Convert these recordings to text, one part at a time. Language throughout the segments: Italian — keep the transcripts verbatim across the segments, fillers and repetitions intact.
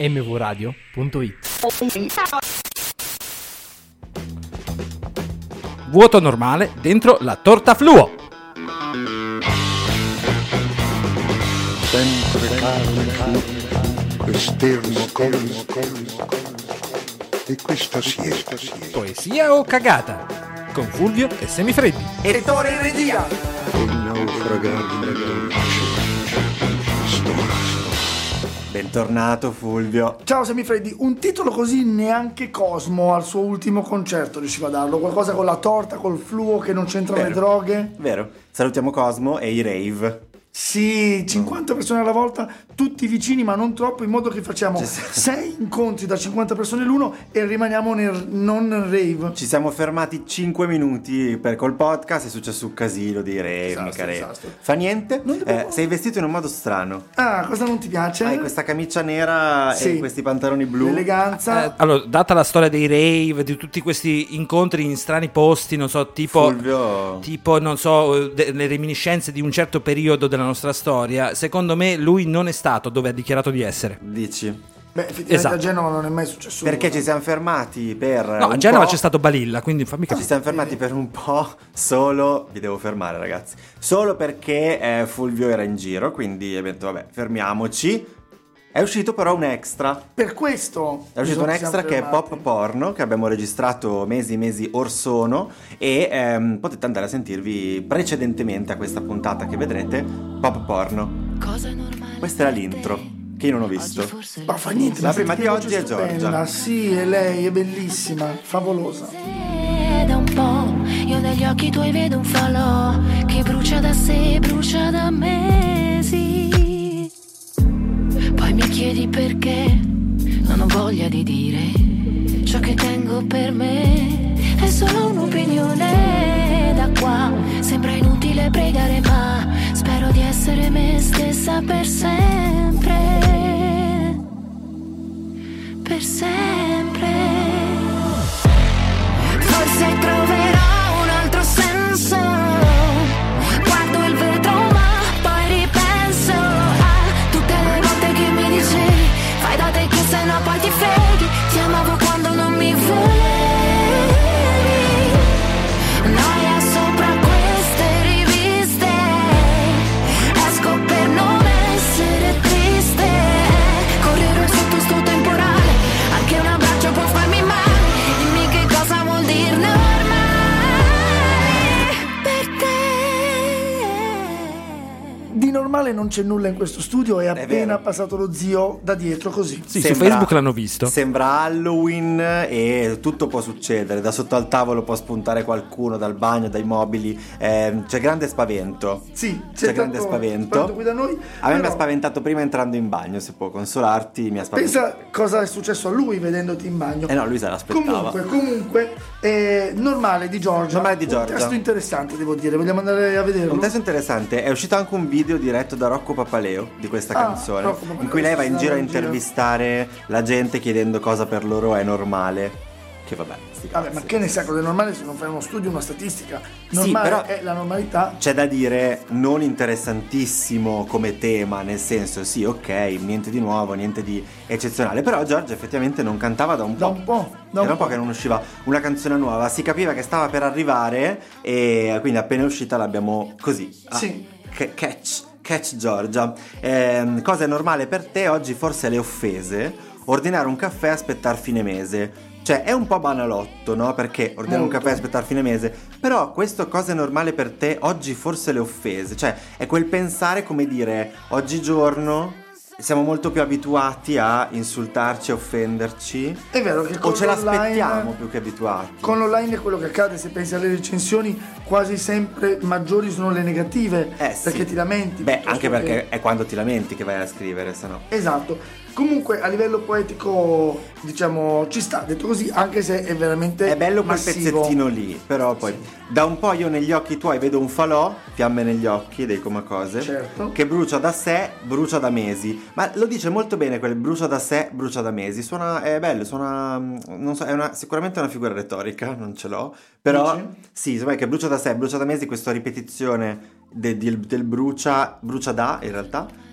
m v radio punto it. Vuoto normale dentro la torta fluo. Sempre calmo, quest'ermo colmo, e questa siesta, siesta. Poesia o cagata? Con Fulvio e Semifreddi. Ettore in regia. E naufragare nel dolce. Bentornato Fulvio. Ciao Semifreddi, un titolo così neanche Cosmo al suo ultimo concerto riusciva a darlo, qualcosa con la torta, col fluo che non c'entrano le droghe. Vero, salutiamo Cosmo e i rave. Sì, cinquanta persone alla volta, tutti vicini ma non troppo, in modo che facciamo sei incontri da cinquanta persone l'uno e rimaniamo nel non rave. Ci siamo fermati cinque minuti per col podcast, è successo un casino di rave, Esatto, mica rave. esatto. Fa niente, dobbiamo- eh, sei vestito in un modo strano. Ah, cosa non ti piace? Hai questa camicia nera Sì. e questi pantaloni blu. L'eleganza. Eh, allora, data la storia dei rave, di tutti questi incontri in strani posti, non so, tipo Fulvio. tipo non so, de- le reminiscenze di un certo periodo della nostra storia, secondo me lui non è stato dove ha dichiarato di essere. Dici? Beh, effettivamente Esatto. a Genova non è mai successo Perché nulla. ci siamo fermati per No, a un Genova po'. c'è stato Balilla, quindi fammi Ci capire. siamo fermati per un po' solo, vi devo fermare ragazzi, solo perché eh, Fulvio era in giro, quindi abbiamo detto vabbè fermiamoci. È uscito però un extra, Per questo è uscito un extra che è Pop Porno, che abbiamo registrato mesi e mesi or sono e ehm, potete andare a sentirvi precedentemente a questa puntata che vedrete, Pop Porno. Questa era l'intro, che io non ho visto. Ma fa niente, La ma prima senti di che oggi voce è Giorgia. stupenda. Sì, è lei, è bellissima, favolosa. Da un po', io negli occhi tuoi vedo un falò che brucia da sé, brucia da mesi. Poi mi chiedi perché non ho voglia di dire ciò che tengo per me. È solo un'opinione da qua, sembra inutile pregare ma spero di essere me stessa per sempre. Per sempre. Forse troverò un altro senso. Guardo il vetro ma poi ripenso a tutte le volte che mi dicevi fai da te che se no poi ti freghi. Ti amavo quando non mi volevi. Noia sopra queste riviste. Esco per non essere triste. Correre sotto sto temporale. Anche un abbraccio può farmi male. Dimmi che cosa vuol dire normale per te. Di normale non c'è nulla in questo studio, è appena vero. passato lo zio da dietro così. Sì, su Sembra- Facebook l'hanno visto. Sembra Halloween e tutto può succedere. Da sotto al tavolo può spuntare qualcuno, dal bagno, dai mobili. eh, c'è grande spavento. Sì, C'è grande tanto spavento. qui da noi. A me mi però ha spaventato prima entrando in bagno. Se può consolarti, mi ha spaventato. Pensa cosa è successo a lui vedendoti in bagno. Eh no, lui se l'aspettava. Comunque, comunque, eh, normale di Giorgia. Normale di Giorgia. Un testo interessante, devo dire. Vogliamo andare a vederlo? Un testo interessante, è uscito anche un video diretto da Rocco Papaleo di questa Ah, canzone, Rocco Papaleo, in cui lei va in giro a in giro. intervistare la gente chiedendo cosa per loro è normale. Che vabbè, sti Vabbè, cazzi. ma che ne sa cosa è normale se non fai uno studio, una statistica? Normale però- è la normalità. C'è da dire non interessantissimo come tema, nel senso sì, ok, niente di nuovo, niente di eccezionale, però Giorgia effettivamente non cantava da un po'. Da un po'. Da Era un po' che non usciva una canzone nuova, si capiva che stava per arrivare e quindi appena è uscita l'abbiamo così. ah, Sì. ca- Catch, catch Giorgia. Ehm, cosa è normale per te oggi? Forse le offese, ordinare un caffè e aspettare fine mese. Cioè è un po' banalotto, no? Perché ordinare un Molto. caffè e aspettare fine mese. Però questo cosa è normale per te oggi? Forse le offese. Cioè è quel pensare come dire oggigiorno siamo molto più abituati a insultarci, a offenderci. È vero che O con ce l'aspettiamo l'online- più che abituati. Con l'online è quello che accade, se pensi alle recensioni quasi sempre maggiori sono le negative, Eh, sì. perché ti lamenti. Beh, piuttosto anche perché che- è quando ti lamenti che vai a scrivere, se no. Esatto. Comunque a livello poetico, diciamo, ci sta, detto così, anche se è veramente È bello quel massivo. pezzettino lì, però poi da un po' io negli occhi tuoi vedo un falò, fiamme negli occhi, dei come cose, Certo. che brucia da sé, brucia da mesi. Ma lo dice molto bene quel brucia da sé, brucia da mesi. Suona, è bello, suona, non so, è una, sicuramente una figura retorica, non ce l'ho, però Dici? sì, insomma, che brucia da sé, brucia da mesi, questa ripetizione de- del, del brucia, brucia da in realtà.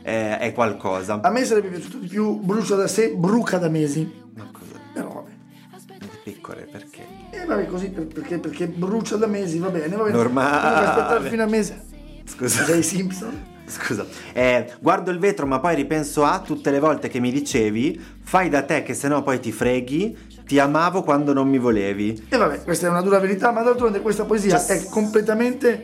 è, è qualcosa. A me sarebbe piaciuto di più Brucia da sé, Bruca da mesi. Ma cosa? Però vabbè. Piccole, perché? E vabbè, così per- perché, perché brucia da mesi, va bene, va bene. Normale. Devo aspettare fino a mese. Scusa. Sei Simpson. Scusa, eh, guardo il vetro ma poi ripenso a tutte le volte che mi dicevi fai da te che sennò poi ti freghi, ti amavo quando non mi volevi. E vabbè, questa è una dura verità, ma d'altronde questa poesia Cioè, è completamente,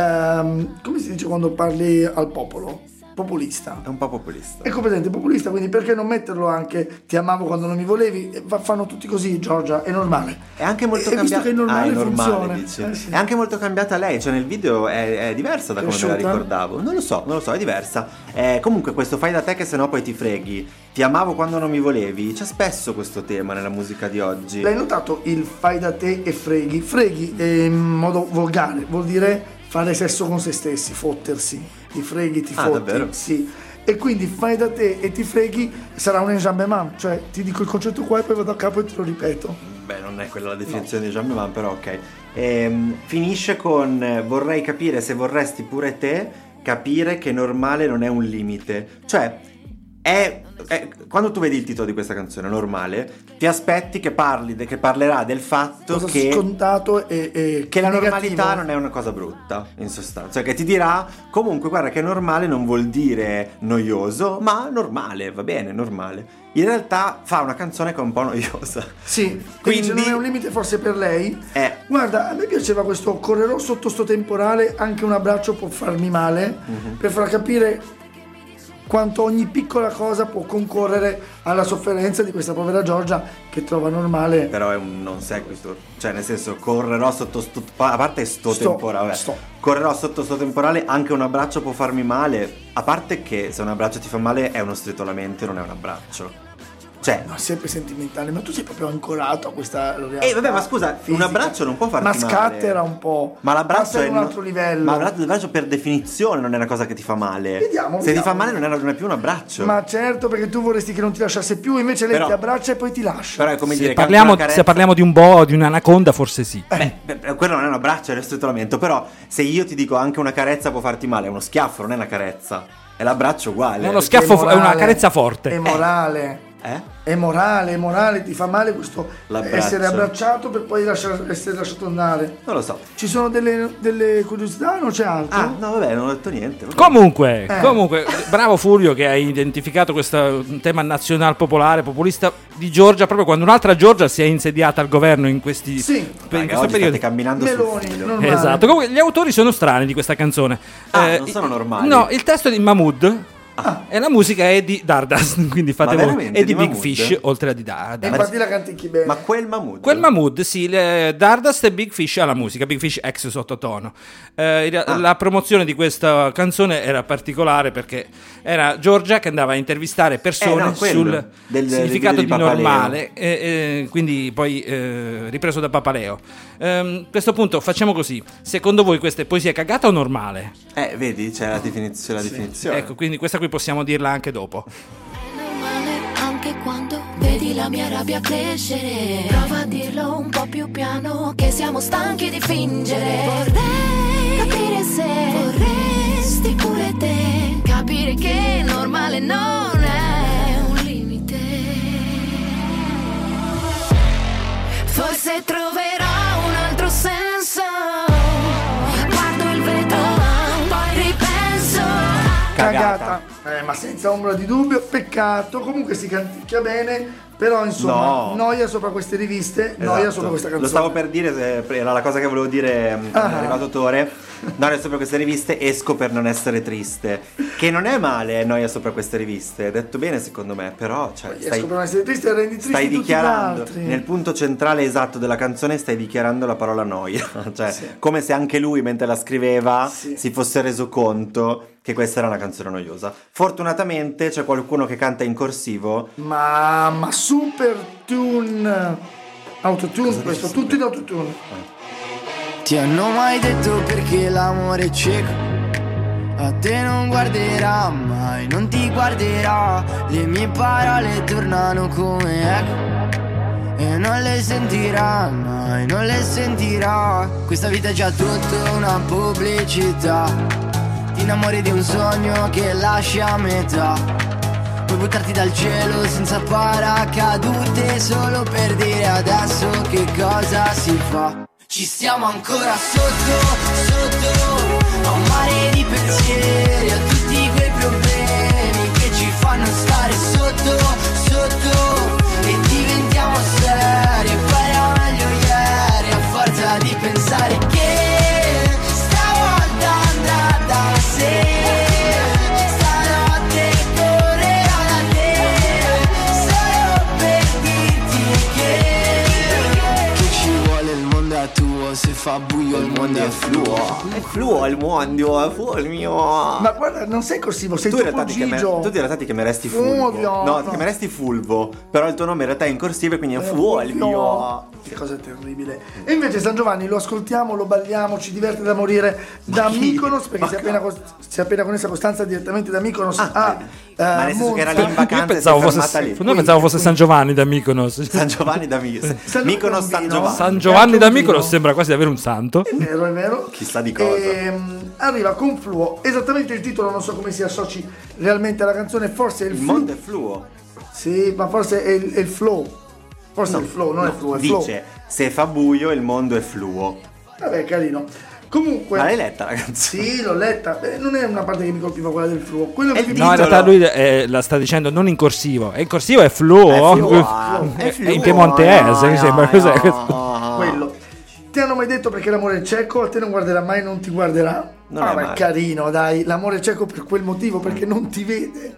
ehm, come si dice quando parli al popolo? Populista. È un po' populista. È completamente populista, quindi perché non metterlo anche ti amavo quando non mi volevi? E fa- fanno tutti così, Giorgia, è normale. È anche molto E visto cambiata. che è normale, ah, è normale, funziona. dici. Eh, sì. È anche molto cambiata lei, cioè nel video è, è diversa da come me la Cresciuta? ricordavo. Non lo so, non lo so, è diversa. Eh, comunque questo fai da te che sennò poi ti freghi. Ti amavo quando non mi volevi. C'è spesso questo tema nella musica di oggi. L'hai notato il fai da te e freghi? Freghi eh, in modo volgare, vuol dire fare sesso con se stessi, fottersi. Ti freghi, ti Ah, fotti. davvero? Sì. E quindi fai da te e ti freghi sarà un enjambement, cioè ti dico il concetto qua e poi vado a capo e te lo ripeto. Beh, non è quella la definizione di Jean-Baptiste, però ok. Ehm, finisce con eh, vorrei capire se vorresti pure te capire che normale non è un limite. Cioè, è, è- quando tu vedi il titolo di questa canzone, Normale, ti aspetti che parli, de- che parlerà del fatto Cosa che... scontato e, e Che la negativo. normalità non è una cosa brutta, in sostanza. Cioè che ti dirà, comunque guarda che normale non vuol dire noioso, ma normale, va bene, normale. In realtà fa una canzone che è un po' noiosa. Sì, Quindi- quindi se non è un limite forse per lei. Eh. Guarda, a me piaceva questo correrò sotto sto temporale, anche un abbraccio può farmi male, Mhm. per far capire quanto ogni piccola cosa può concorrere alla sofferenza di questa povera Giorgia che trova normale. Però è un non sequitur. Cioè nel senso, correrò sotto sto... A parte sto, Sto, temporale. vabbè. sto. Correrò sotto sto temporale, anche un abbraccio può farmi male. A parte che se un abbraccio ti fa male è uno stritolamento, non è un abbraccio. Cioè... No, è sempre sentimentale, ma tu sei proprio ancorato a questa realtà. Eh, vabbè, ma scusa, un fisica. abbraccio non può farti ma male. scattera un po'. Ma l'abbraccio Passa è ad un no- altro livello. Ma l'abbraccio l'abbraccio per definizione non è una cosa che ti fa male. Vediamo, Se vediamo. ti fa male non è, non è più un abbraccio. Ma certo, perché tu vorresti che non ti lasciasse più, invece lei Però- ti abbraccia e poi ti lascia. Però è come Se dire parliamo, che anche una se carezza- parliamo di un boa o di un'anaconda, forse sì. Beh, beh, quello non è un abbraccio, è un stritolamento. Però se io ti dico anche una carezza può farti male, è uno schiaffo, non è una carezza. È l'abbraccio uguale. È uno schiaffo, Perché è una carezza forte. È morale. Eh? È morale, è morale, ti fa male questo L'abbraccio. essere abbracciato per poi lasciar- essere lasciato andare. Non lo so. Ci sono delle, delle curiosità, non c'è altro? Ah, no, vabbè, non ho detto niente. vabbè. Comunque, Eh. comunque, bravo Furio che hai identificato questo tema nazional popolare, populista di Giorgia, proprio quando un'altra Giorgia si è insediata al governo in questi Sì. per- in Raga, questo oggi periodo. state camminando sul Meloni, filo. normale. Esatto, comunque gli autori sono strani di questa canzone. Ah, non sono normali? No, il testo è di Mahmood. E la musica è di Dardust, quindi fate Ma voi. veramente, E di, di Big Mahmood? Fish, oltre a di E Dardust. infatti la canticchi bene. Ma quel Mahmood. Quel Mahmood, sì, le- Dardust e Big Fish alla musica, Big Fish ex sottotono. Eh, in rea- Ah. La promozione di questa canzone era particolare perché era Giorgia che andava a intervistare persone Eh, no, quello, sul del- del significato video di, di Papaleo. normale, e, e quindi poi eh, ripreso da Papaleo. Ehm, a questo punto facciamo così: secondo voi questa è poesia cagata o normale? Eh, vedi, c'è la definizione. La definizione. Ecco, quindi questa qui possiamo dirla anche dopo. Normale anche quando vedi la mia rabbia crescere. Prova a dirlo un po' più piano, che siamo stanchi di fingere. Vorrei capire se vorresti pure te, capire che normale non è un limite. Forse troverò un altro senso. Guardo il vetro, poi ripenso. Cagata. Eh, ma senza ombra di dubbio, peccato. Comunque si canticchia bene. Però insomma, No. noia sopra queste riviste, noia Esatto. sopra questa canzone. Lo stavo per dire, se- era la cosa che volevo dire mm, Ah. è arrivato Tore. Noia sopra queste riviste, esco per non essere triste. Che non è male, noia sopra queste riviste. Detto bene secondo me, però cioè, Esco stai, per non essere triste e rendi tristi stai tutti gli dichiarando altri. nel punto centrale esatto della canzone, stai dichiarando la parola noia. Cioè, Sì. come se anche lui mentre la scriveva Sì. si fosse reso conto che questa era una canzone noiosa. Fortunatamente c'è qualcuno che canta in corsivo. Ma, ma super tune. Autotune, questo, dici tutto in autotune. Ti hanno mai detto perché l'amore è cieco? A te non guarderà mai, non ti guarderà. Le mie parole tornano come eco e non le sentirà mai, non le sentirà. Questa vita è già tutta una pubblicità. Ti ti innamori di un sogno che lascia a metà. Puoi buttarti dal cielo senza paracadute solo per dire adesso che cosa si fa. Ci stiamo ancora sotto, sotto, a un mare di pensieri, a tutti quei problemi che ci fanno stare sotto, sotto, e diventiamo seri, e poi era meglio ieri, a forza di pensare che stavolta andrà da sé. Stanotte correrò da te, solo per dirti che che ci vuole, il mondo è tuo, se fa buio il mondo è fluo. È fluo il mondo, è fluo il mio. Ma guarda, non sei corsivo, sei Tu in, tipo realtà ti chiame- Gigio. tu in realtà ti chiameresti Fulvo. Fulvio, No, ti no. chiameresti Fulvo. Però il tuo nome in realtà è in corsivo e quindi è Fluo il mio. Che cosa terribile. E invece San Giovanni lo ascoltiamo, lo balliamo, ci diverte da morire da chi? Mykonos, perché Ma si è appena, cos- si è appena connessa Costanza direttamente da Mykonos Ah, a Ma eh, nel senso che era lì in Monza. vacanza Io e si è pensavo fosse, fermata lì. noi pensavo fosse San Giovanni da Mykonos. San Giovanni da Mykonos. San Mykonos San Giovanni. Giovanni. San Giovanni da Anche un Mykonos vino. sembra quasi di avere un santo. È vero, è vero. Chissà di cosa. Ehm, arriva con Fluo, esattamente il titolo, non so come si associ realmente alla canzone, forse è il, Il flu- mondo è fluo. Sì, ma forse è il, è il flow. Forse è il flow, non è il flow, è il flow. Dice, se fa buio il mondo è fluo. Vabbè, carino. Comunque, Ma l'hai letta la canzone? sì, l'ho letta. Beh, non è una parte che mi colpiva quella del fluo. Quello È che il mi No, in titolo. realtà lui eh, la sta dicendo non in corsivo. E in corsivo è fluo. È fluo, È, è è fluo. in piemontese, mi No, sembra. no, Cos'è no. questo? quello. Ti hanno mai detto perché l'amore è cieco? A te non guarderà mai, non ti guarderà? Non ah, è ma è male. carino, dai. L'amore è cieco per quel motivo, perché non ti vede.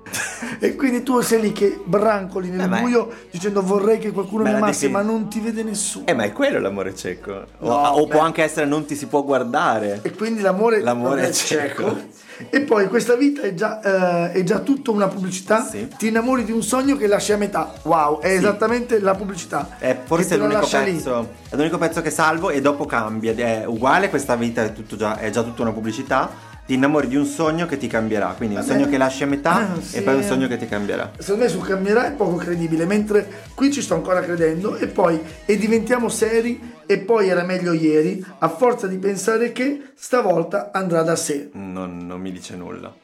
E quindi tu sei lì che brancoli nel Eh, ma è- buio dicendo vorrei che qualcuno Ma mi la amasse, defini- ma non ti vede nessuno. Eh, ma è quello l'amore cieco. O, No, o beh. può anche essere non ti si può guardare. E quindi l'amore, L'amore è è cieco. cieco. E poi questa vita è già, eh, è già tutta una pubblicità. Sì. Ti innamori di un sogno che lasci a metà. Wow, è esattamente la pubblicità. È forse che te lo l'unico lascia lì. pezzo, è l'unico pezzo che salvo e dopo cambia. È uguale, questa vita è, tutto già, è già tutta una pubblicità. Ti innamori di un sogno che ti cambierà. Quindi un Vabbè. sogno che lasci a metà Ah, e sì. poi un sogno che ti cambierà. Secondo me su cambierà è poco credibile, mentre qui ci sto ancora credendo. E poi e diventiamo seri. E poi era meglio ieri, a forza di pensare che stavolta andrà da sé. Non, non mi dice nulla.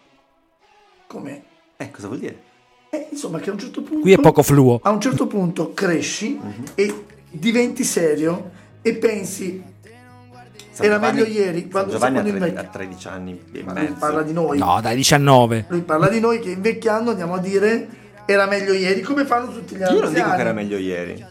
Com'è? Eh, cosa vuol dire? Eh, insomma, che a un certo punto. Qui è poco fluo. A un certo punto cresci e diventi serio e pensi. San Era Giovanni- meglio ieri, San quando- Giovanni ha quando tredici, invecchia. ha tredici anni e Ma lui mezzo. parla di noi. No, dai, diciannove. Lui parla di noi che invecchiando andiamo a dire era meglio ieri, come fanno tutti gli altri. Io non dico che era meglio ieri.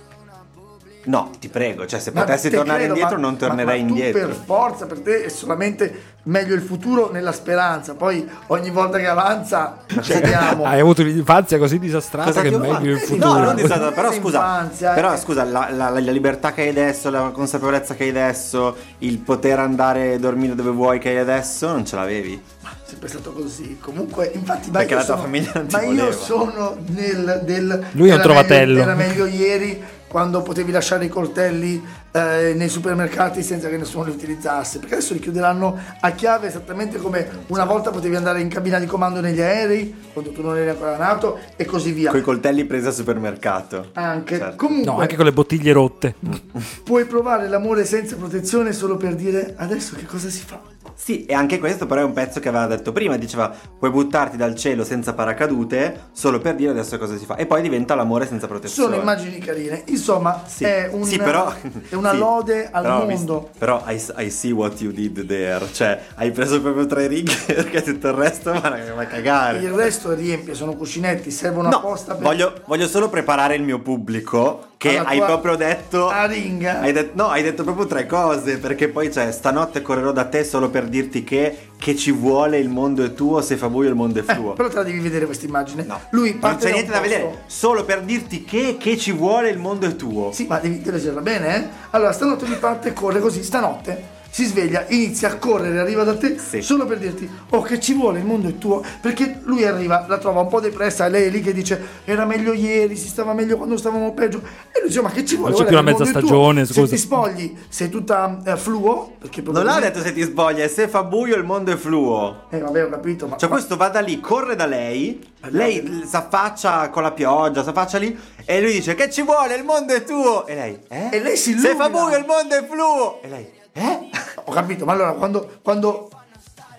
No, ti prego, cioè se Ma potessi te tornare credo, indietro ma- non tornerei ma, ma indietro. Tu per forza, per te è solamente meglio il futuro nella speranza. Poi ogni volta che avanza scegliamo. Hai avuto un'infanzia così disastrata Cosa che è ti ho meglio fatto? il Eh, futuro. No, non di stata, però scusa, L'infanzia, però eh. scusa, la, la- la libertà che hai adesso, la consapevolezza che hai adesso, il poter andare a dormire dove vuoi che hai adesso, non ce l'avevi. Sempre stato così. Comunque, infatti, ma Perché io la tua sono, famiglia non ti ma io voleva. sono nel del Lui è un era trovatello. meglio- era meglio ieri quando potevi lasciare i coltelli eh, nei supermercati senza che nessuno li utilizzasse, perché adesso li chiuderanno a chiave, esattamente come una volta potevi andare in cabina di comando negli aerei quando tu non eri ancora nato e così via. Coi coltelli presi al supermercato. Anche Certo. comunque No, anche con le bottiglie rotte. puoi provare l'amore senza protezione solo per dire adesso che cosa si fa. Sì, e anche questo però è un pezzo che aveva detto prima, diceva puoi buttarti dal cielo senza paracadute solo per dire adesso cosa si fa e poi diventa l'amore senza protezione. Sono immagini carine, insomma Sì, è, un, sì, però, è una sì, lode al però, mondo. vis- però I, I see what you did there, cioè hai preso proprio tre righe perché tutto il resto va va a cagare. Il resto riempie, sono cuscinetti, servono No, apposta per voglio, voglio solo preparare il mio pubblico che Alla hai tua proprio detto aringa. hai det- no, hai detto proprio tre cose perché poi c'è stanotte correrò da te solo per dirti che, che ci vuole il mondo è tuo, se fa buio il mondo è Eh, fluo. però te la devi vedere questa immagine. No, Lui non parte c'è da niente un da posto- vedere, solo per dirti che, che ci vuole il mondo è tuo. Sì, ma devi leggerla bene, eh? Allora, stanotte lui parte e corre così, stanotte. Si sveglia, inizia a correre, arriva da te Sì. solo per dirti oh che ci vuole, il mondo è tuo, perché lui arriva, la trova un po' depressa, lei è lì che dice era meglio ieri, si stava meglio quando stavamo peggio e lui dice ma che ci vuole, Non c'è guarda più che la il mezza mondo è tuo. stagione, Se scusa. ti spogli sei tutta eh, fluo, perché Non l'ha probabilmente- detto se ti spoglia, se fa buio il mondo è fluo. Eh vabbè ho capito, ma, Cioè ma- questo va da lì, corre da lei, lei si affaccia con la pioggia, si affaccia lì e lui dice che ci vuole, il mondo è tuo. E lei, eh? E lei si Se illumina. fa buio il mondo è fluo. E lei, eh? ho capito, ma allora quando, quando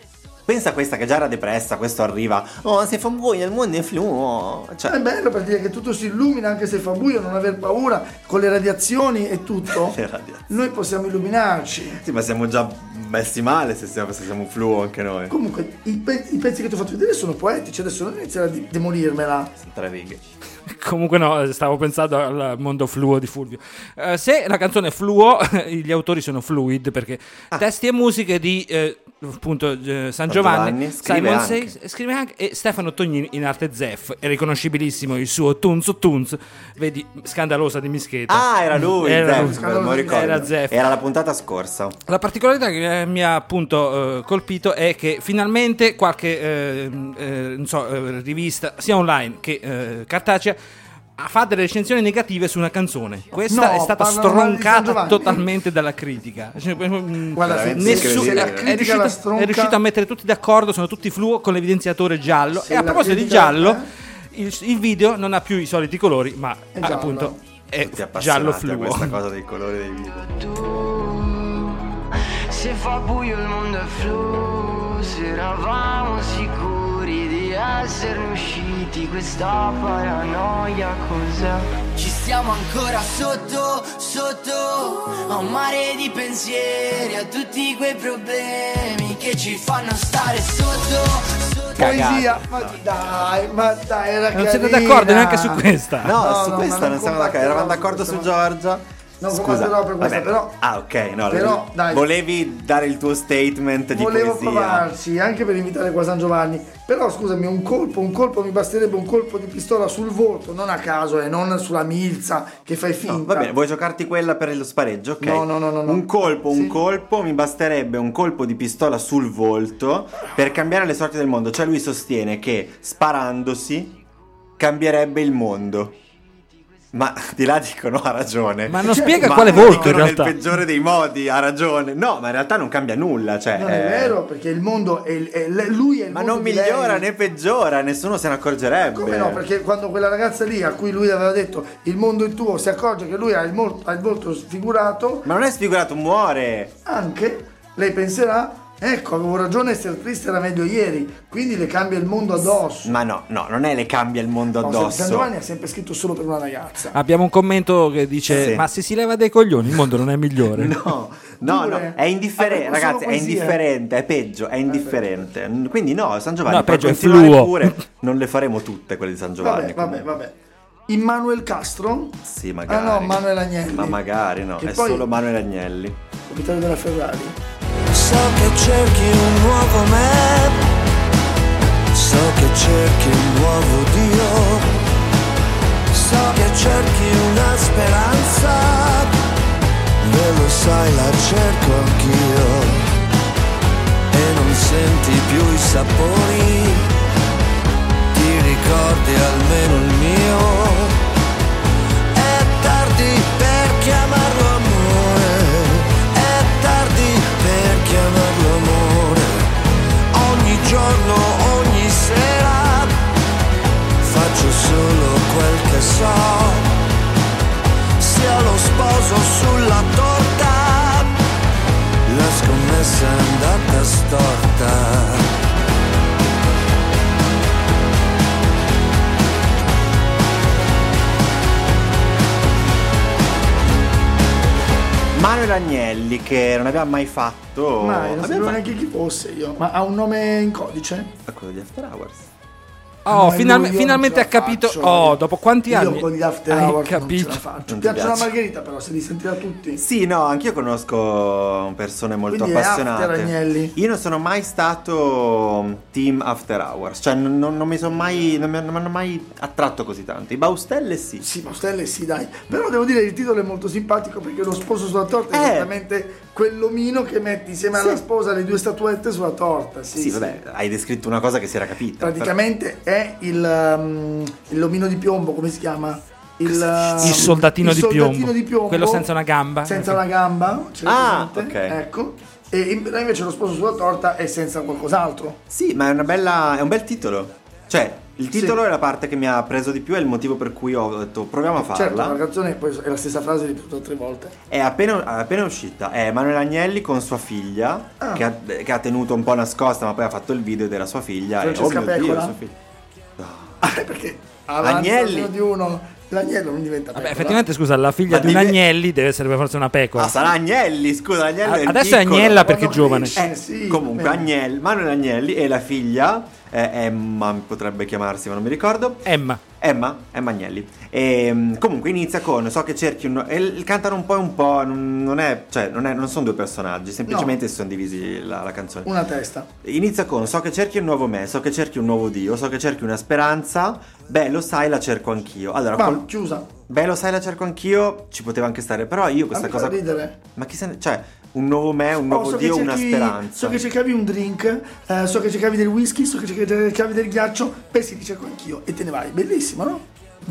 Pensa a questa che già era depressa, questo arriva, oh se fa buio il mondo è fluo, cioè... È bello per dire che tutto si illumina anche se fa buio, non aver paura, con le radiazioni e tutto. Le radiazioni. Noi possiamo illuminarci. Sì, ma siamo già messi male se siamo, se siamo fluo anche noi. Comunque i, pe- i pezzi che ti ho fatto vedere sono poetici, adesso non iniziare a di- demolirmela. Sono tre righe. Comunque no, stavo pensando al mondo fluo di Fulvio. Eh, se la canzone è fluo, gli autori sono Fluid, perché Ah. testi e musiche di eh, appunto eh, San Giovanni, Giovanni, scrive Simon anche. Says, scrive anche, e Stefano Tognini in arte Zef. È riconoscibilissimo il suo Tunz Tunz, vedi, Scandalosa di Mischeta. Ah, era lui, Era Zef, lui. me lo ricordo. Era Zef. Era la puntata scorsa. La particolarità che eh, mi ha appunto eh, colpito è che finalmente qualche eh, eh, non so, eh, rivista sia online che eh, cartacea fa delle recensioni negative su una canzone. Questa No, è stata parlano male di San stroncata Giovanni. totalmente dalla critica. Cioè, mm, Guarda, se, Veramente se- nessuno se la incredibile. è, critica riuscito, la stronca, è riuscito a mettere tutti d'accordo, sono tutti fluo con l'evidenziatore giallo. Se E a la proposito di critica- giallo, il, il video non ha più i soliti colori, ma È giallo. appunto è Tutti appassionati giallo a fluo. questa cosa dei colori dei video. Se fa buio il mondo è fluo, se eravamo sicuri di esserne usciti, questa paranoia cos'è? Ci stiamo ancora sotto, sotto, a un mare di pensieri, a tutti quei problemi che ci fanno stare sotto, sotto. poesia, ma dai, ma dai, era Non siete carina. d'accordo neanche su questa? No, No, su no, questa ma non non siamo d'accordo. combatterò Eravamo per d'accordo su questa. Giorgia. Non Scusa, combatterò per questa, vabbè. però- Ah, ok, no, però, dai. volevi dare il tuo statement di Volevo poesia. provarci anche per invitare qua San Giovanni, però scusami, un colpo, un colpo mi basterebbe un colpo di pistola sul volto, non a caso e non sulla milza che fai finta. No, va bene, vuoi giocarti quella per lo spareggio? Ok. No, no, no, no, no. Un colpo, un Sì. colpo, mi basterebbe un colpo di pistola sul volto per cambiare le sorti del mondo. Cioè lui sostiene che sparandosi cambierebbe il mondo. Ma di là dicono ha ragione. Ma non Certo, spiega Ma quale volto in dicono realtà. nel peggiore dei modi, ha ragione. No, ma in realtà non cambia nulla. Cioè, Non è eh, vero, perché il mondo è, il- è le- lui è il Ma mondo non di migliora lei. né peggiora, nessuno se ne accorgerebbe. Come no? Perché quando quella ragazza lì a cui lui aveva detto il mondo è tuo si accorge che lui ha il, mol- ha il volto sfigurato, Ma non è sfigurato, muore. anche lei penserà ecco avevo ragione a essere triste, era meglio ieri, quindi le cambia il mondo addosso. Ma no, no, non è le cambia il mondo No, San addosso. Giovanni ha sempre scritto solo per una ragazza. Abbiamo un commento che dice: Sì. ma se si leva dei coglioni il mondo non è migliore. No, no, Pure? no, è indifferente, Ah, solo ragazzi, è poesie? indifferente, è peggio, è indifferente. Quindi no, San Giovanni, No, per peggio, è continuare fluo. pure, non le faremo tutte quelle di San Giovanni. Vabbè, vabbè, comunque. vabbè. Immanuel Castro? Sì, magari. Ah no, Manuel Agnelli. Ma magari no, Che è poi- solo Manuel Agnelli. Capitano della Ferrari. So che cerchi un nuovo me, so che cerchi un nuovo Dio, so che cerchi una speranza, e lo sai la cerco anch'io, e non senti più i sapori, ti ricordi almeno il mio, è tardi per chiamarlo amore, è tardi per chiamarlo amore, ogni giorno, ogni sera, faccio solo quel che so, sia lo sposo sulla torta, la scommessa è andata storta. Manuel Agnelli, che non abbiamo mai fatto. Ma non abbiamo sapevo fatto- neanche chi fosse io. Ma ha un nome in codice? a quello di After Hours. Oh, No, finalme- io non finalmente ce ha la capito. faccio. Oh, dopo quanti Io anni con gli After hai Hours non ce capito? la faccio. Non ti Piacciono la piace? Margherita però, se li sentirà tutti. Sì, no, anch'io conosco persone molto Quindi è appassionate. After Agnelli? Io non sono mai stato team After Hours, cioè non, non- non mi sono mai, non mi non mi hanno mai attratto così tanto. I Baustelle sì. Sì, ma stelle sì, dai. Però devo dire il titolo è molto simpatico perché lo sposo sulla torta è Eh. esattamente quell'omino che metti insieme alla Sì. sposa le due statuette sulla torta. Sì, Sì, sì. vabbè, hai descritto una cosa che si era capita. Praticamente è il um, l'omino di piombo, come si chiama? Il, um, Il soldatino, il di, soldatino piombo. di piombo. Quello senza una gamba. Senza una gamba. ce l'hai Ah, presente? ok. Ecco. E in- invece lo sposo sulla torta è senza qualcos'altro. Sì, ma è una bella, è un bel titolo. Cioè, il titolo Sì. è la parte che mi ha preso di più, è il motivo per cui ho detto proviamo a farla. Certo, la canzone poi è la stessa frase ripetuta tre volte. È appena, appena uscita, è Emanuele Agnelli con sua figlia, Ah. che, ha, che ha tenuto un po' nascosta, ma poi ha fatto il video della sua figlia. Francesca e, oh mio Dio, Pecora? sua figlia. Ah, perché avanza Agnelli. uno di uno, l'agnello non diventa Vabbè, pecora. effettivamente, scusa, la figlia Ma di un dive- Agnelli deve essere forse una pecora. Ah, sarà Agnelli, scusa, Agnelli è il Adesso è piccolo. Agnella perché è Quando giovane. cresce. Eh, sì, comunque bene. Agnelli, Manuel Agnelli e la figlia eh, Emma potrebbe chiamarsi, ma non mi ricordo. Emma. Emma, Emma Agnelli. E um, comunque inizia con so che cerchi un e il cantano un po' e un po', non non è, cioè non, è, non sono due personaggi, semplicemente si sono divisi la, la canzone. Una testa. Inizia con so che cerchi un nuovo me, so che cerchi un nuovo Dio, so che cerchi una speranza, beh lo sai la cerco anch'io. Allora, Bam, col- chiusa. beh lo sai la cerco anch'io, ci poteva anche stare, però io questa A me cosa fa ridere. ma chi se ne, cioè un nuovo me, un Oh, nuovo so che Dio, una cerchi- speranza. So che cercavi un drink, eh, so che cercavi del whisky, so che cercavi del ghiaccio, beh sì, ti cerco anch'io e te ne vai. Bellissimo, no?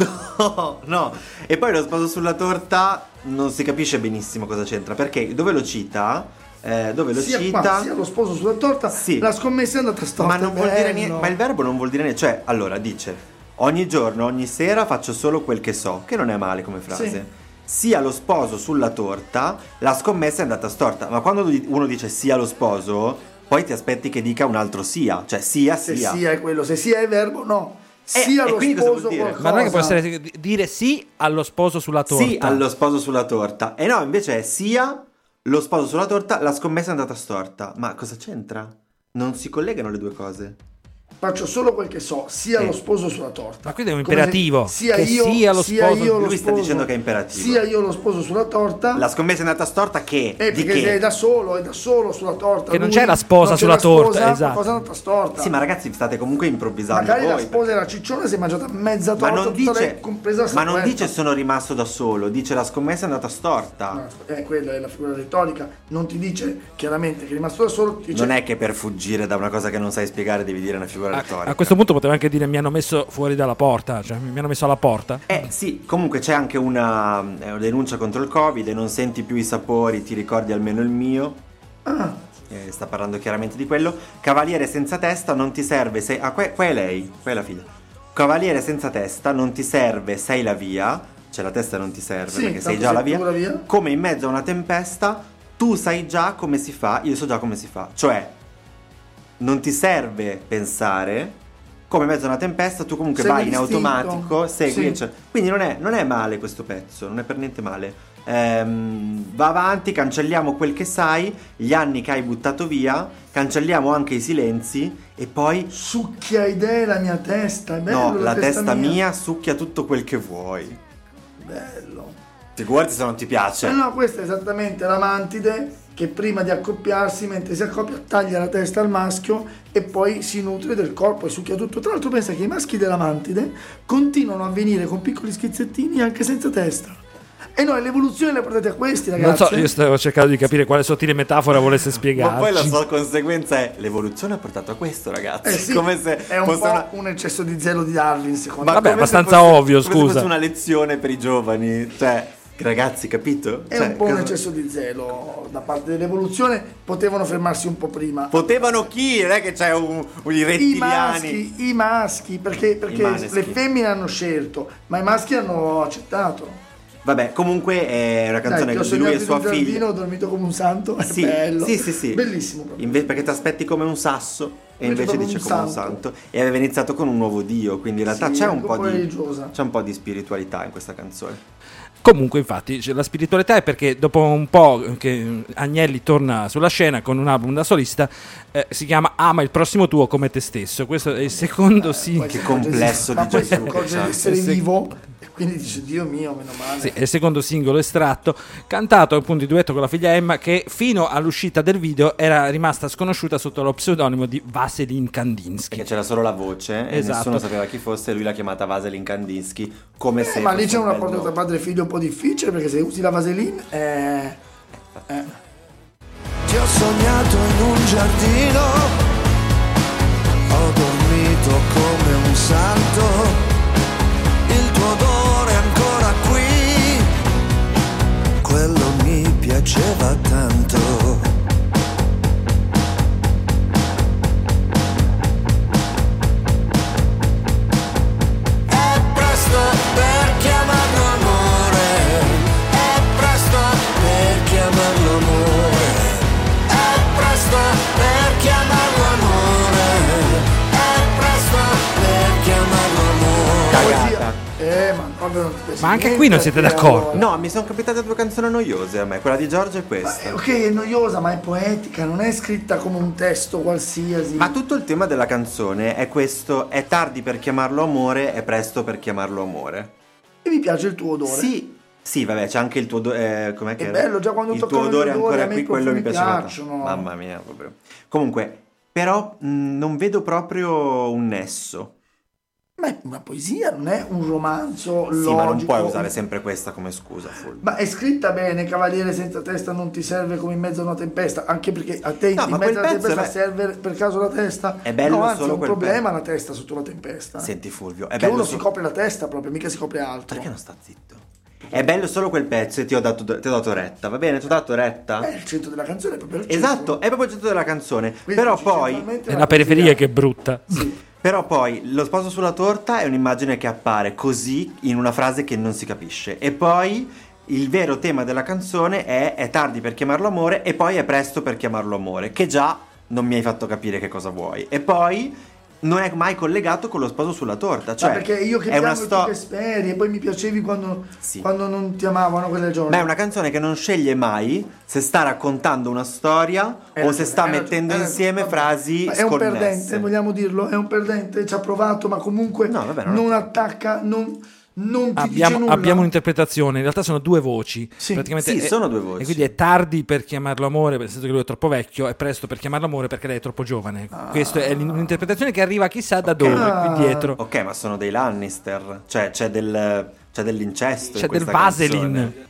No, no. E poi lo sposo sulla torta non si capisce benissimo cosa c'entra, perché dove lo cita, eh, dove lo sia cita, qua, sia lo sposo sulla torta, Sì. la scommessa è andata storta. ma non vuol dire bello. niente, ma il verbo non vuol dire niente, cioè, allora dice ogni giorno, ogni sera faccio solo quel che so, che non è male come frase. Sì. Sia lo sposo sulla torta, la scommessa è andata storta, ma quando uno dice sia lo sposo, poi ti aspetti che dica un altro sia, cioè sia Se sia. sia è quello, se sia è verbo, no. Eh, Sia e lo quindi cosa sposo vuol dire? qualcosa. Ma non è che può essere dire sì allo sposo sulla torta. Sì, allo sposo sulla torta. E no, invece è sia lo sposo sulla torta, la scommessa è andata storta. Ma cosa c'entra? Non si collegano le due cose. Faccio solo quel che so, sia Eh. lo sposo sulla torta. Ma quindi è un Come imperativo, se sia che io, sia lo sia sposo- io lo Lui sta sposo, dicendo che è imperativo. Sia io lo sposo sulla torta. La scommessa è andata storta che? Eh, Di perché che? è da solo, è da solo sulla torta. Che non Lui- c'è la sposa non c'è sulla la sposa, torta, esatto. qualcosa è andata storta. Sì, ma ragazzi state comunque improvvisando Magari la voi. sposa era cicciona, si è mangiata mezza Ma torta, non tutta dice, lei, compresa la ma non statuetta. dice sono rimasto da solo, dice la scommessa è andata storta. No, eh, quella è la figura retorica, non ti dice chiaramente che è rimasto da solo, ti dice Non è che per fuggire da una cosa che non sai spiegare devi dire una figura retorica. A questo punto poteva anche dire mi hanno messo fuori dalla porta, cioè mi hanno messo alla porta. Eh sì, comunque c'è anche una, eh, una denuncia contro il Covid e non senti più i sapori, ti ricordi almeno il mio. Ah, Eh, sta parlando chiaramente di quello. Cavaliere senza testa non ti serve, sei... Ah, qua, qua è lei, qua è la figlia. Cavaliere senza testa non ti serve, sei la via. Cioè la testa non ti serve Sì, perché sei tanto già sei la via. tu la via. Come in mezzo a una tempesta, tu sai già come si fa, io so già come si fa. Cioè, non ti serve pensare... Come in mezzo a una tempesta, tu comunque Segui vai in l'istinto. automatico, segui, Sì. eccetera. Quindi non è, non è male questo pezzo, non è per niente male. Ehm, va avanti, cancelliamo quel che sai, gli anni che hai buttato via, cancelliamo anche i silenzi e poi succhia idee la mia testa, è bello. no, la testa mia succhia tutto quel che vuoi. Bello. Figurati se non ti piace. Eh no, questa è esattamente la mantide che prima di accoppiarsi, mentre si accoppia, taglia la testa al maschio e poi si nutre del corpo e succhia tutto. Tra l'altro pensa che i maschi della mantide continuano a venire con piccoli schizzettini anche senza testa. E noi l'evoluzione la portate a questi, ragazzi. Non so, io stavo cercando di capire quale sottile metafora volesse Ma spiegarci. poi la sua conseguenza è l'evoluzione ha portato a questo, ragazzi. Eh sì, come se è un fosse po' una... un eccesso di zelo di Darwin, secondo Ma me. Vabbè, come se abbastanza fosse- ovvio, come se scusa. fosse una lezione per i giovani, cioè ragazzi, capito? È Cioè, un po' un cosa- eccesso di zelo da parte dell'evoluzione, potevano fermarsi un po' prima. Potevano chi? Non è che c'è un, un i I rettiliani. maschi, i maschi, perché, perché maneschi. le femmine hanno scelto, ma i maschi hanno accettato. Vabbè, comunque è una canzone Dai, ti ho di lui e sognato sua in un giardino, figlia. ho dormito come un santo, è Sì, bello. sì, sì, sì. Bellissimo proprio. Inve- perché ti aspetti come un sasso e Invece invece proprio dice un come un santo. santo. E aveva iniziato con un nuovo dio, quindi in realtà Sì, c'è, un anche po un po' di, religiosa. c'è un po' di spiritualità in questa canzone. Comunque, infatti, cioè, la spiritualità è perché dopo un po' che Agnelli torna sulla scena con un album da solista, eh, si chiama Ama il prossimo tuo come te stesso. Questo è il secondo Poi singolo. si Che accorge- complesso ma di poi si Gesù, accorge cioè. di essere Sì, sì. vivo e quindi dice Dio mio, meno male. Sì, è il secondo singolo estratto, cantato appunto in duetto con la figlia Emma, che fino all'uscita del video era rimasta sconosciuta sotto lo pseudonimo di Vaselin Kandinsky. Perché c'era solo la voce e Esatto. nessuno sapeva chi fosse, e lui l'ha chiamata Vaselin Kandinsky come se Eh, ma lì fosse c'è un bel rapporto nome. tra padre e figlio un po' difficile, perché se usi la vaseline eh, eh. Ti ho sognato in un giardino, ho dormito come un santo, il tuo odore è ancora qui, quello mi piaceva tanto. proprio non ti piace Ma anche niente, qui non siete perché d'accordo? allora- No, mi sono capitate due canzoni noiose a me, quella di Giorgio e Eh, questa. ok, è noiosa, ma è poetica, non è scritta come un testo qualsiasi. Ma tutto il tema della canzone è questo: è tardi per chiamarlo amore, è presto per chiamarlo amore. E mi piace il tuo odore. Sì, sì, vabbè, c'è anche il tuo odore. Eh, com'è che È era? bello, già quando il toccano tuo gli odore è odori, ancora a me qui, i quello mi profumi piace tanto. piacciono. Mamma mia, proprio. Comunque, però mh, non vedo proprio un nesso. Ma è una poesia, non è un romanzo logico. Sì, ma non puoi usare sempre questa come scusa, Fulvio. Ma è scritta bene, Cavaliere senza testa non ti serve come in mezzo a una tempesta, anche perché a te No, in ma mezzo quel alla pezzo tempesta è- serve per caso la testa? È bello no, anzi, solo è un quel problema pezzo. la testa sotto la tempesta. Senti, Fulvio, è che bello uno solo- si copre la testa proprio, mica si copre altro. Perché non sta zitto? È bello solo quel pezzo e ti ho dato, ti ho dato retta, va bene? Ti ho dato retta? È il centro della canzone, è proprio il centro. Esatto, è proprio il centro della canzone. Quindi Però dici, poi, centralmente È una la periferia poesia. che è brutta. Sì. però poi lo sposo sulla torta è un'immagine che appare così in una frase che non si capisce. E poi il vero tema della canzone è è tardi per chiamarlo amore e poi è presto per chiamarlo amore, che già non mi hai fatto capire che cosa vuoi. E poi non è mai collegato con lo sposo sulla torta, cioè Ma perché io che è una piango e tu sto- che speri e poi mi piacevi quando, Sì. quando non ti amavano quelle giorni. Ma è una canzone che non sceglie mai se sta raccontando una storia Hai o ragione, se sta hai ragione, mettendo hai ragione. insieme Vabbè. frasi Ma è un sconnesse. perdente, vogliamo dirlo, è un perdente, ci ha provato ma comunque No, vabbè, non non attacca, non, non ti dice Abbiamo, nulla. abbiamo un'interpretazione, in realtà sono due voci. Sì. Praticamente Sì, è- sono due voci. E quindi è tardi per chiamarlo amore, nel senso che lui è troppo vecchio, è presto per chiamarlo amore perché lei è troppo giovane. Questa è l'in- un'interpretazione che arriva chissà da dove, Ah. qui dietro. Ok, ma sono dei Lannister, cioè c'è del c'è dell'incesto C'è in del questa Vaseline. canzone.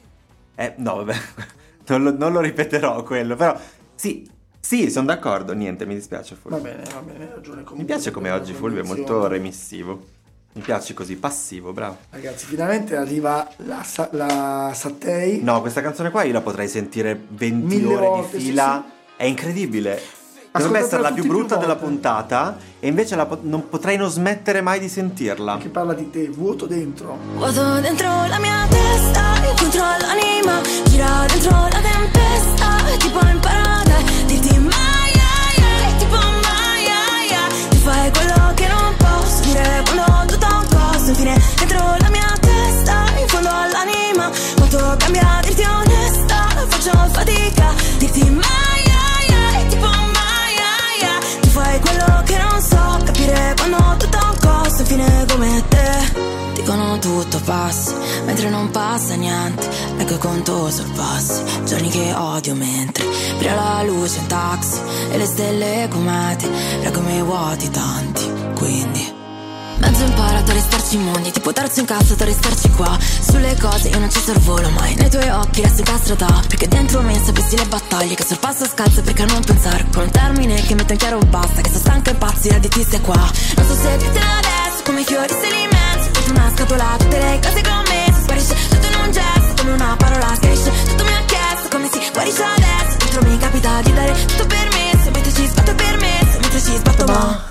Eh, no, vabbè. Non lo, non lo ripeterò quello, però sì, sì, sono d'accordo, niente, mi dispiace Va Fulvio. bene, va bene, hai ragione. Mi comunque piace come per oggi la Fulvio è molto convinzione. remissivo. Mi piace così, passivo, bravo. Ragazzi, finalmente arriva la, sa- la Sattei. No, questa canzone qua io la potrei sentire venti Mille ore volte, di sì, fila. È incredibile. Dovrebbe Ascoltatela essere la più tutti più brutta della volte. puntata e invece la po- non potrei non smettere mai di sentirla. Che parla di te, vuoto dentro. Vuoto dentro la mia testa, incontro l'anima, gira dentro la tempesta, tipo in parada, dirti mai, ai, ai, tipo mai, ai, ai. Tu fai quello che non posso dire quando tutto ha un costo, infine dentro la mia testa, in fondo all'anima, quanto cambia dirti onesta, faccio fatica, dirti mai, ai, ai, tipo mai, ai, ai. Tu fai quello che non so, capire quando tutto ha un costo, infine come te. Dicono tutto passi, mentre non passa niente. Leggo il conto sorpassi, giorni che odio mentre brilla la luce in taxi e le stelle comete, reggono i vuoti tanti, quindi mezzo imparato a restarci immondi, tipo terzo incazzato a restarci qua. Sulle cose io non ci sorvolo mai, nei tuoi occhi resto incastrata, perché dentro me sapessi le battaglie che sorpasso scalzo, perché non pensare con un termine che metto in chiaro basta, che sto stanca e impazzita di ti stai qua. Non so se dirtelo adesso, come i fiori sei l'immenso, sotto una scatola tutte le cose che ho messo, sparisce tutto in un gesto, come una parola schiarisce, tutto mi ha chiesto come si guarisce adesso, dentro mi capita di dare tutto per me, se mentre ci sbatto per me, se mentre ci sbatto ma...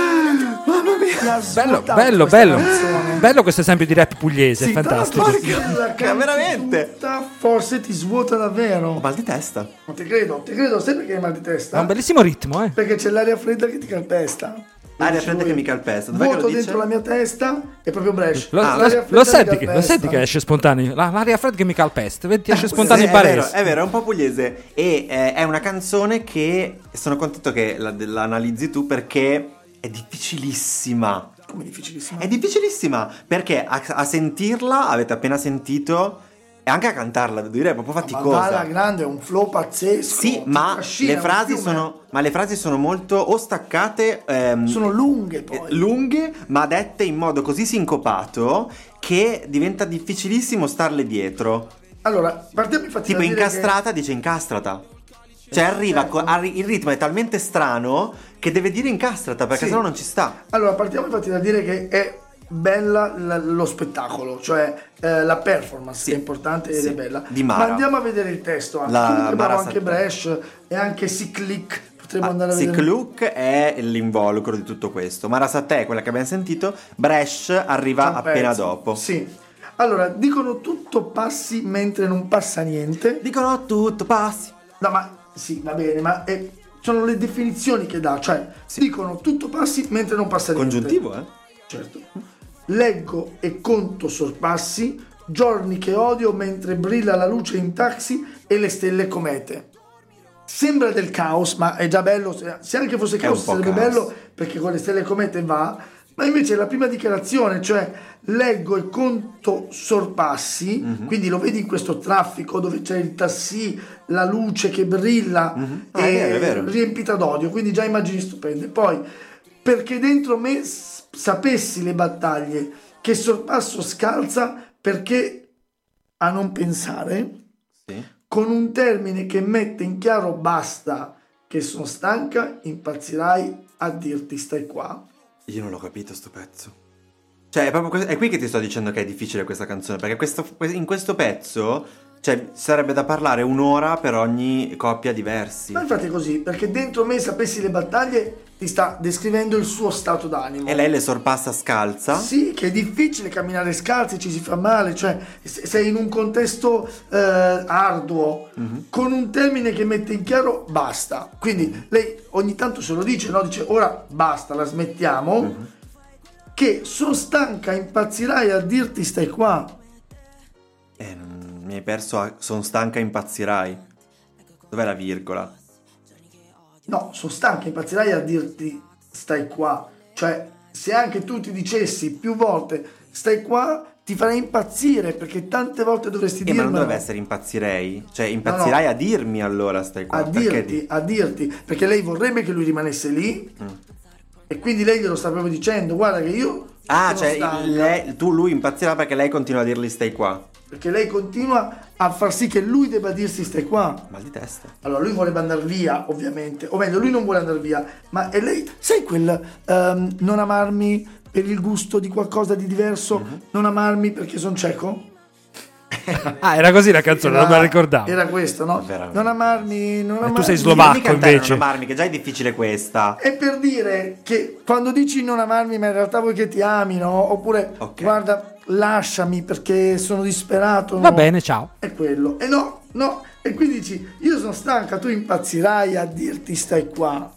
Mamma mia, Bello, svuotato bello, questa bello. canzone. Bello questo esempio di rap pugliese, Sì, è fantastico. tra l'altro, perché la canti veramente? tutta, forse ti svuota davvero. Ho mal di testa. Ma ti credo, ti credo, sai perché hai mal di Ha testa? un bellissimo ritmo, eh. Perché c'è l'aria fredda che ti calpesta. Aria Dici fredda lui, che mi calpesta. Dov'è che Vuoto lo dice? dentro la mia testa è proprio Brescia. Lo, Ah, lo- l'aria lo fredda senti mi che, lo calpesta. senti che esce spontaneo? La- l'aria fredda che mi calpesta. Vedi, esce Sì, spontaneo in è vero, barese. è vero, è un po' pugliese. E eh, è una canzone che sono contento che la, la analizzi tu perché è difficilissima. Come difficilissimo. È difficilissima perché a, a sentirla avete appena sentito e anche a cantarla, devo dire, è proprio Ma faticosa. Dalla grande è un flow pazzesco. Sì, ti ma trascina, le un frasi fiume. sono ma le frasi sono molto o staccate ehm, Sono lunghe poi. eh, lunghe, ma dette in modo così sincopato che diventa difficilissimo starle dietro. Allora, partiamo infatti Tipo da dire incastrata dice incastrata. Cioè arriva, certo. co- arri- il ritmo è talmente strano che deve dire incastrata perché Sì. sennò non ci sta. che- Allora, partiamo infatti da dire che è bella la- lo spettacolo, cioè eh, la performance Sì. che è importante ed Sì. è bella. Di Mara. Ma andiamo a vedere il testo. Anche. La Comunque Mara bravo anche Sattei. Bresh e anche Cyclic. Potremmo andare a Sick vedere. Look è l'involucro di tutto questo. Mara Sattei, quella che abbiamo sentito, Bresh arriva C'è un appena pezzo. dopo. Sì. Allora, dicono tutto passi mentre non passa niente. Dicono tutto passi. No, ma sì, va bene, ma è- sono le definizioni che dà, cioè dicono tutto passi mentre non passa niente. Congiuntivo, eh? Certo. leggo e conto sorpassi, giorni che odio mentre brilla la luce in taxi e le stelle comete. Sembra del caos, ma è già bello, se, se anche fosse caos sarebbe caos. bello, perché con le stelle comete va, ma invece è la prima dichiarazione, cioè leggo e conto sorpassi, mm-hmm. quindi lo vedi in questo traffico dove c'è il taxi, la luce che brilla, mm-hmm. ah, e è vero, è vero. riempita d'odio, quindi già immagini stupende. Poi, perché dentro me sapessi le battaglie che sorpasso scalza, perché a non pensare, sì. con un termine che mette in chiaro basta, che sono stanca, impazzirai a dirti stai qua. Io non l'ho capito sto pezzo. Cioè è proprio questo, è qui che ti sto dicendo che è difficile questa canzone, perché questo, in questo pezzo, cioè, sarebbe da parlare un'ora per ogni coppia diversi. Ma infatti è così, perché dentro me sapessi le battaglie ti sta descrivendo il suo stato d'animo. E lei le sorpassa scalza? Sì, che è difficile camminare scalzi, ci si fa male, cioè sei in un contesto eh, arduo, mm-hmm. con un termine che mette in chiaro basta. Quindi lei ogni tanto se lo dice, no? Dice ora basta, la smettiamo, mm-hmm. che sono stanca, impazzirai a dirti stai qua. Eh, mi hai perso a sono stanca, impazzirai. Dov'è la virgola? No, sono stanca, impazzirai a dirti stai qua. Cioè, se anche tu ti dicessi più volte stai qua, ti farei impazzire, perché tante volte dovresti eh, dirmelo. Ma non dovrebbe essere impazzirei? Cioè, impazzirai no, no. a dirmi allora stai qua. A dirti, di... a dirti, perché lei vorrebbe che lui rimanesse lì, mm. e quindi lei glielo sta proprio dicendo, guarda che io Ah, cioè, lei, tu lui impazzirà perché lei continua a dirgli stai qua. Perché lei continua a far sì che lui debba dirsi stai qua. Mal di testa. Allora lui vorrebbe andare via, ovviamente. O meglio, lui non vuole andare via. Ma è lei, sai quel um, non amarmi per il gusto di qualcosa di diverso, mm-hmm. non amarmi perché sono cieco? Ah, era così la canzone, era, non me la ricordavo. Era questo, no? Veramente. Non amarmi, non amarmi. Tu sei slovacco invece. Non amarmi, che già è difficile questa. È per dire che quando dici non amarmi, ma in realtà vuoi che ti ami, no? Oppure okay. guarda, lasciami perché sono disperato. Va no? bene, ciao. È quello. E no, no. E quindi dici, io sono stanca, tu impazzirai a dirti stai qua.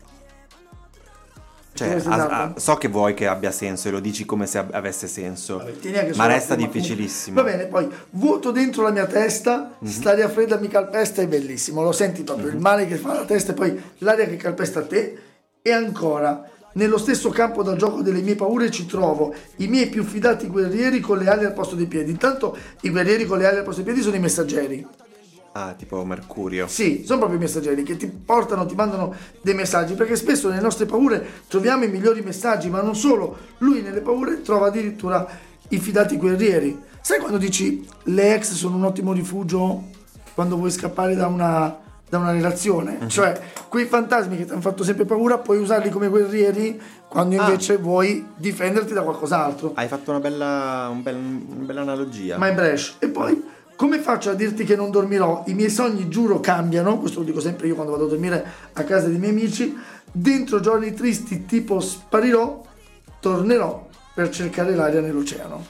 Cioè, a, a, so che vuoi che abbia senso e lo dici come se avesse senso. Vabbè, ma resta difficilissimo. Va bene, poi vuoto dentro la mia testa, mm-hmm. l'aria fredda mi calpesta, è bellissimo, lo senti proprio, mm-hmm. il male che fa la testa e poi l'aria che calpesta te. E ancora, nello stesso campo da gioco delle mie paure ci trovo i miei più fidati guerrieri con le ali al posto dei piedi. Intanto i guerrieri con le ali al posto dei piedi sono i messaggeri. Ah, tipo Mercurio. Sì, sono proprio i messaggeri che ti portano, ti mandano dei messaggi, perché spesso nelle nostre paure troviamo i migliori messaggi, ma non solo. Lui nelle paure trova addirittura i fidati guerrieri. Sai quando dici le ex sono un ottimo rifugio quando vuoi scappare da una, da una relazione? Uh-huh. Cioè, quei fantasmi che ti hanno fatto sempre paura puoi usarli come guerrieri quando invece ah. vuoi difenderti da qualcos'altro. Hai fatto una bella, un bel, una bella analogia. My Bresh. E poi... come faccio a dirti che non dormirò? I miei sogni, giuro, cambiano. Questo lo dico sempre io quando vado a dormire a casa dei miei amici. Dentro giorni tristi tipo sparirò, tornerò per cercare l'aria nell'oceano.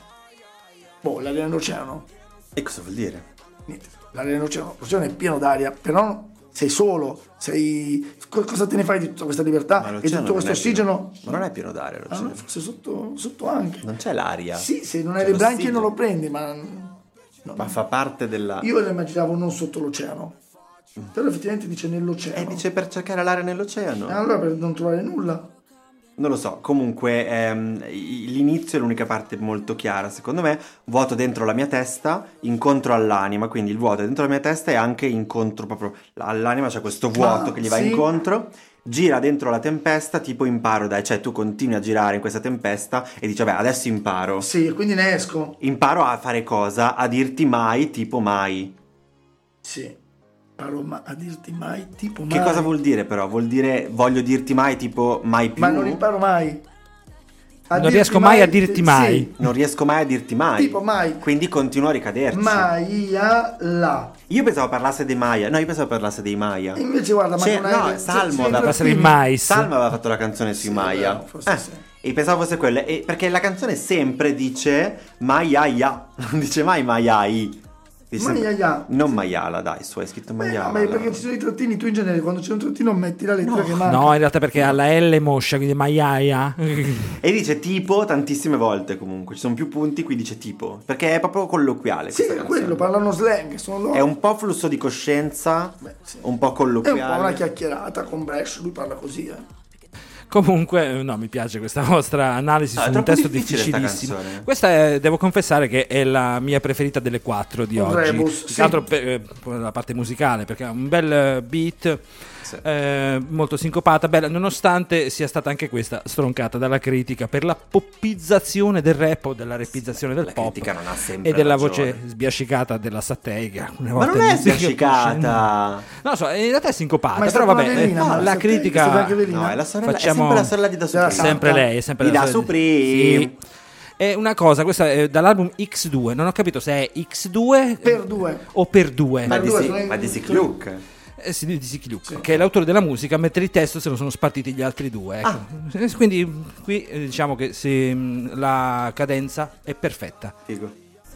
Boh, l'aria nell'oceano. E cosa vuol dire? Niente, l'aria nell'oceano. L'oceano è pieno d'aria, però sei solo, sei... cosa te ne fai di tutta questa libertà e di tutto questo ossigeno? Ma non è pieno d'aria l'oceano. Ah, forse sotto, sotto anche. Non c'è l'aria. Sì, se non hai c'è le branchie non lo prendi, ma... No, ma no. fa parte della... Io lo immaginavo non sotto l'oceano, mm. però effettivamente dice nell'oceano. E dice per cercare l'aria nell'oceano. E allora per non trovare nulla. Non lo so, comunque ehm, l'inizio è l'unica parte molto chiara, secondo me. Vuoto dentro la mia testa, incontro all'anima, quindi il vuoto dentro la mia testa è anche incontro proprio all'anima, c'è questo vuoto ah, che gli va sì. incontro. Gira dentro la tempesta, tipo imparo dai, cioè tu continui a girare in questa tempesta e dici vabbè adesso imparo. Sì, quindi ne esco. Imparo a fare cosa? A dirti mai, tipo mai. Sì, imparo ma- a dirti mai, tipo mai. Che cosa vuol dire però? Vuol dire voglio dirti mai, tipo mai più? Ma non imparo mai. A non riesco mai, mai a dirti mai. Sì. Non riesco mai a dirti mai. Tipo mai. Quindi continuo a ricaderci. Maia la. Io pensavo parlasse dei Maya. No, io pensavo parlasse dei Maya. E invece guarda, ma cioè, non no, è... Salmo aveva fatto il mais. Salmo aveva fatto la canzone sui sì, Maya. No, forse eh. sì. E pensavo fosse quella. E perché la canzone sempre dice Maya ya. Non dice mai Maya i. Dice sempre- Maiala. Non maiala, dai, su, hai scritto Eh, maiala. vabbè, perché ci sono i trattini, tu in genere quando c'è un trattino metti la lettera che manca. No, in realtà perché ha la L moscia, quindi maiaia. E dice tipo tantissime volte comunque, ci sono più punti, qui dice tipo, perché è proprio colloquiale. Sì, questa è canzone. quello, parlano slang, sono loro. È un po' flusso di coscienza, Beh, sì. un po' È colloquiale. un po' una chiacchierata con Bresh, lui parla così, eh. Comunque, no, mi piace questa vostra analisi Ah, è su un troppo testo difficile sta difficilissimo. canzone. Questa è, devo confessare che è la mia preferita delle quattro di Un oggi. rebus, Più che sì. altro per, eh, per la parte musicale, perché ha un bel eh, beat, Sì. eh, molto sincopata, bella, nonostante sia stata anche questa stroncata dalla critica per la poppizzazione del rap o della rapizzazione del La pop critica non ha sempre e della ragione. voce sbiascicata della Satteiga. Ma non è sbiascicata. Non so, in realtà è sincopata, Ma è però stata vabbè, una velina, eh, ma la Satteiga, critica... è stata anche velina. No, è la sorella, Facciamo- è sempre la sorella di Da Supreme. Della Sempre lei, è sempre Di la Da sorella- Supreme. Sì. È una cosa, questa è dall'album X due, non ho capito se è X due Per due. o per due. Ma Per di due si- sono in- ma di Sick Luke. Eh, sì, di Sick Luke, che è l'autore della musica, mentre il testo se lo sono spartiti gli altri due. Ecco. Ah. Eh, Quindi qui eh, diciamo che se, mh, la cadenza è perfetta. Figo.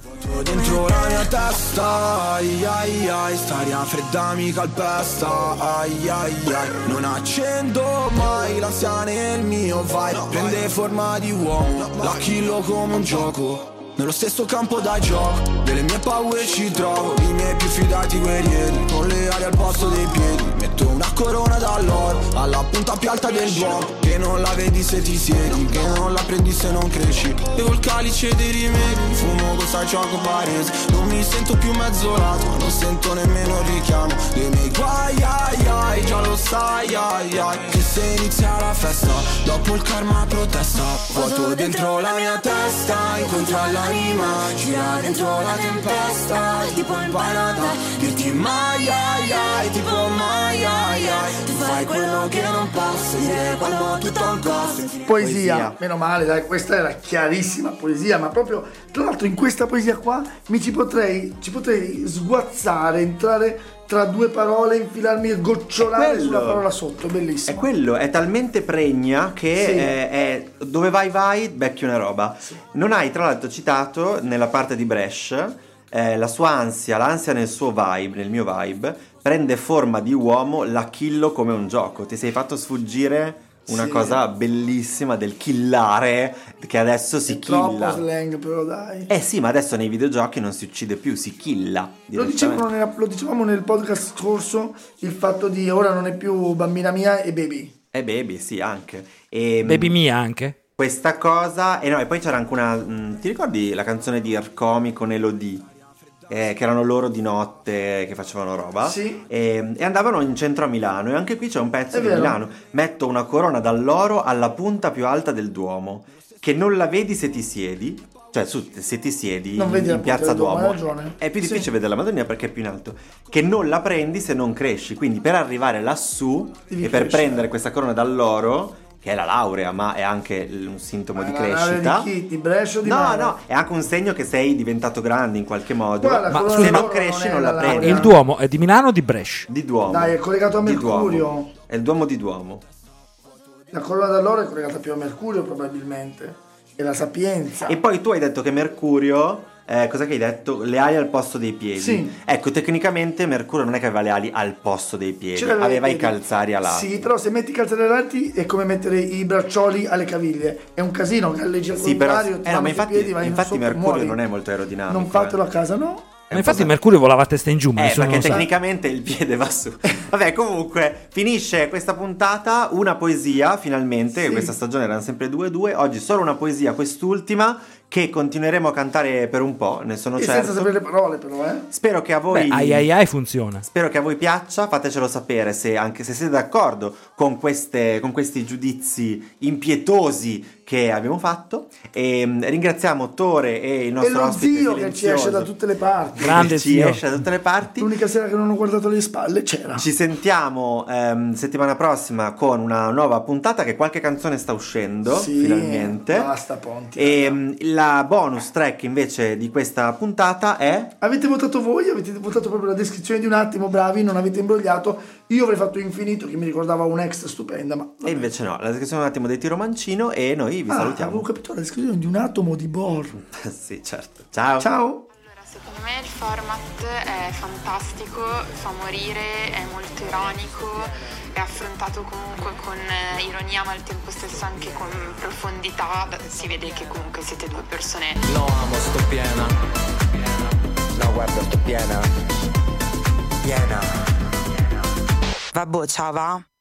Dentro la mia testa, ai ai ai, staria fredda mi calpesta, ai ai ai. Non accendo mai l'ansia nel mio vibe, prende forma di uomo, la killo come un gioco. Nello stesso campo da gioco, delle mie paure ci trovo, i miei più fidati guerrieri, con le ali al posto dei piedi. Metto una corona d'alloro, alla punta più alta del Duomo, che non la vedi se ti siedi, che non la prendi se non cresci. Bevo il calice dei rimedi, fumo cosa gioco paresi. Non mi sento più mezzolato, non sento nemmeno il richiamo dei miei guai, ai ai, già lo sai, ai ai, che se inizia la festa, dopo il karma protesta. Vuoto dentro la mia testa, incontro alla l'anima, gira dentro la tempesta, tipo imparata, dirti mai ai ai, tipo mai ai ai. Tu fai quello che non posso dire quando tutto ha un costo. Poesia, Poesia. meno male, dai, questa era chiarissima poesia, ma proprio, tra l'altro in questa poesia qua mi ci potrei, ci potrei sguazzare, entrare tra due parole, infilarmi e gocciolare È quello. sulla parola sotto, bellissimo. È quello, è talmente pregna che Sì. è, è dove vai vai becchi una roba. Non hai tra l'altro citato nella parte di Bresh eh, la sua ansia, l'ansia nel suo vibe, nel mio vibe, prende forma di uomo, la killo come un gioco. Ti sei fatto sfuggire una Sì. cosa bellissima del killare, che adesso si Troppo killa. slang però, dai. Eh sì, ma adesso nei videogiochi non si uccide più, si killa. Lo dicevano, nella- lo dicevamo nel podcast scorso, il fatto di ora non è più bambina mia e baby. Eh baby, sì, anche. E, Baby mia anche. questa cosa, e no, e poi c'era anche una, mh, ti ricordi la canzone di Ercomi con Elodie? Eh, che erano loro di notte che facevano roba. Sì. e, e andavano in centro a Milano, e anche qui c'è un pezzo È di vero. Milano: metto una corona d'alloro alla punta più alta del Duomo, che non la vedi se ti siedi, cioè su, se ti siedi Non in, vedi la in punta piazza del Duomo, Duomo hai ragione. è più Sì. difficile vedere la Madonna perché è più in alto, che non la prendi se non cresci, quindi per arrivare lassù Devi e per crescere. prendere questa corona d'alloro, che è la laurea ma è anche l- un sintomo di Ma la laurea crescita. di chi? Di Brescia o di No, Mara? no, è anche un segno che sei diventato grande in qualche modo. Guarda, Ma quello se se loro non cresci è non la la prendi. laurea. Il Duomo è di Milano o di Brescia? Di Duomo. Dai, è collegato a Di Mercurio. Duomo. È il Duomo di Duomo. La colonna d'alloro è collegata più a Mercurio probabilmente. E la Sapienza. E poi tu hai detto che Mercurio, eh, cosa che hai detto? Le ali al posto dei piedi. Sì. Ecco, tecnicamente Mercurio non è che aveva le ali al posto dei piedi, Ce l'aveva aveva i i piedi. calzari alati. Sì, però se metti i calzari alati è come mettere i braccioli alle caviglie. È un casino, galleggi al Sì, però, contrario, ti eh, no, ma vanno sui infatti, piedi, vai in infatti sotto, Mercurio muori. non è molto aerodinamico. Non fatelo eh. a casa, no? È Ma un infatti po' Mercurio volava a testa in giù, ma Eh, nessuno perché lo sa. tecnicamente il piede va su. Vabbè, comunque, finisce questa puntata, una poesia, finalmente, Sì. questa stagione erano sempre due e due, oggi solo una poesia, quest'ultima, che continueremo a cantare per un po', ne sono E certo. senza sapere le parole però, eh? Spero che a voi... Beh, ai ai ai funziona. Spero che a voi piaccia, fatecelo sapere se anche se siete d'accordo con, queste, con questi giudizi impietosi che abbiamo fatto. E mm, ringraziamo Tore e il E nostro lo ospite zio che ci silenzioso, esce da tutte le parti. Grande che ci zio. esce da tutte le parti. L'unica sera che non ho guardato le spalle c'era. Ci sentiamo ehm, settimana prossima con una nuova puntata, che qualche canzone sta uscendo Sì, finalmente. basta, Ponti. E mm, la bonus track invece di questa puntata è... Avete votato voi, avete votato proprio la descrizione di un attimo, bravi, non avete imbrogliato. Io avrei fatto Infinito, che mi ricordava un ex stupenda, ma... E invece no, la descrizione un attimo dei Tiro Mancino, e noi vi Ah, salutiamo. avevo capito la descrizione di un atomo di Bohr. Sì, certo. Ciao. Ciao! Secondo me il format è fantastico, fa morire, è molto ironico, è affrontato comunque con ironia ma al tempo stesso anche con profondità, si vede che comunque siete due persone. Lo amo, sto piena. No, guarda, sto piena. Piena. Vabbè, ciao va.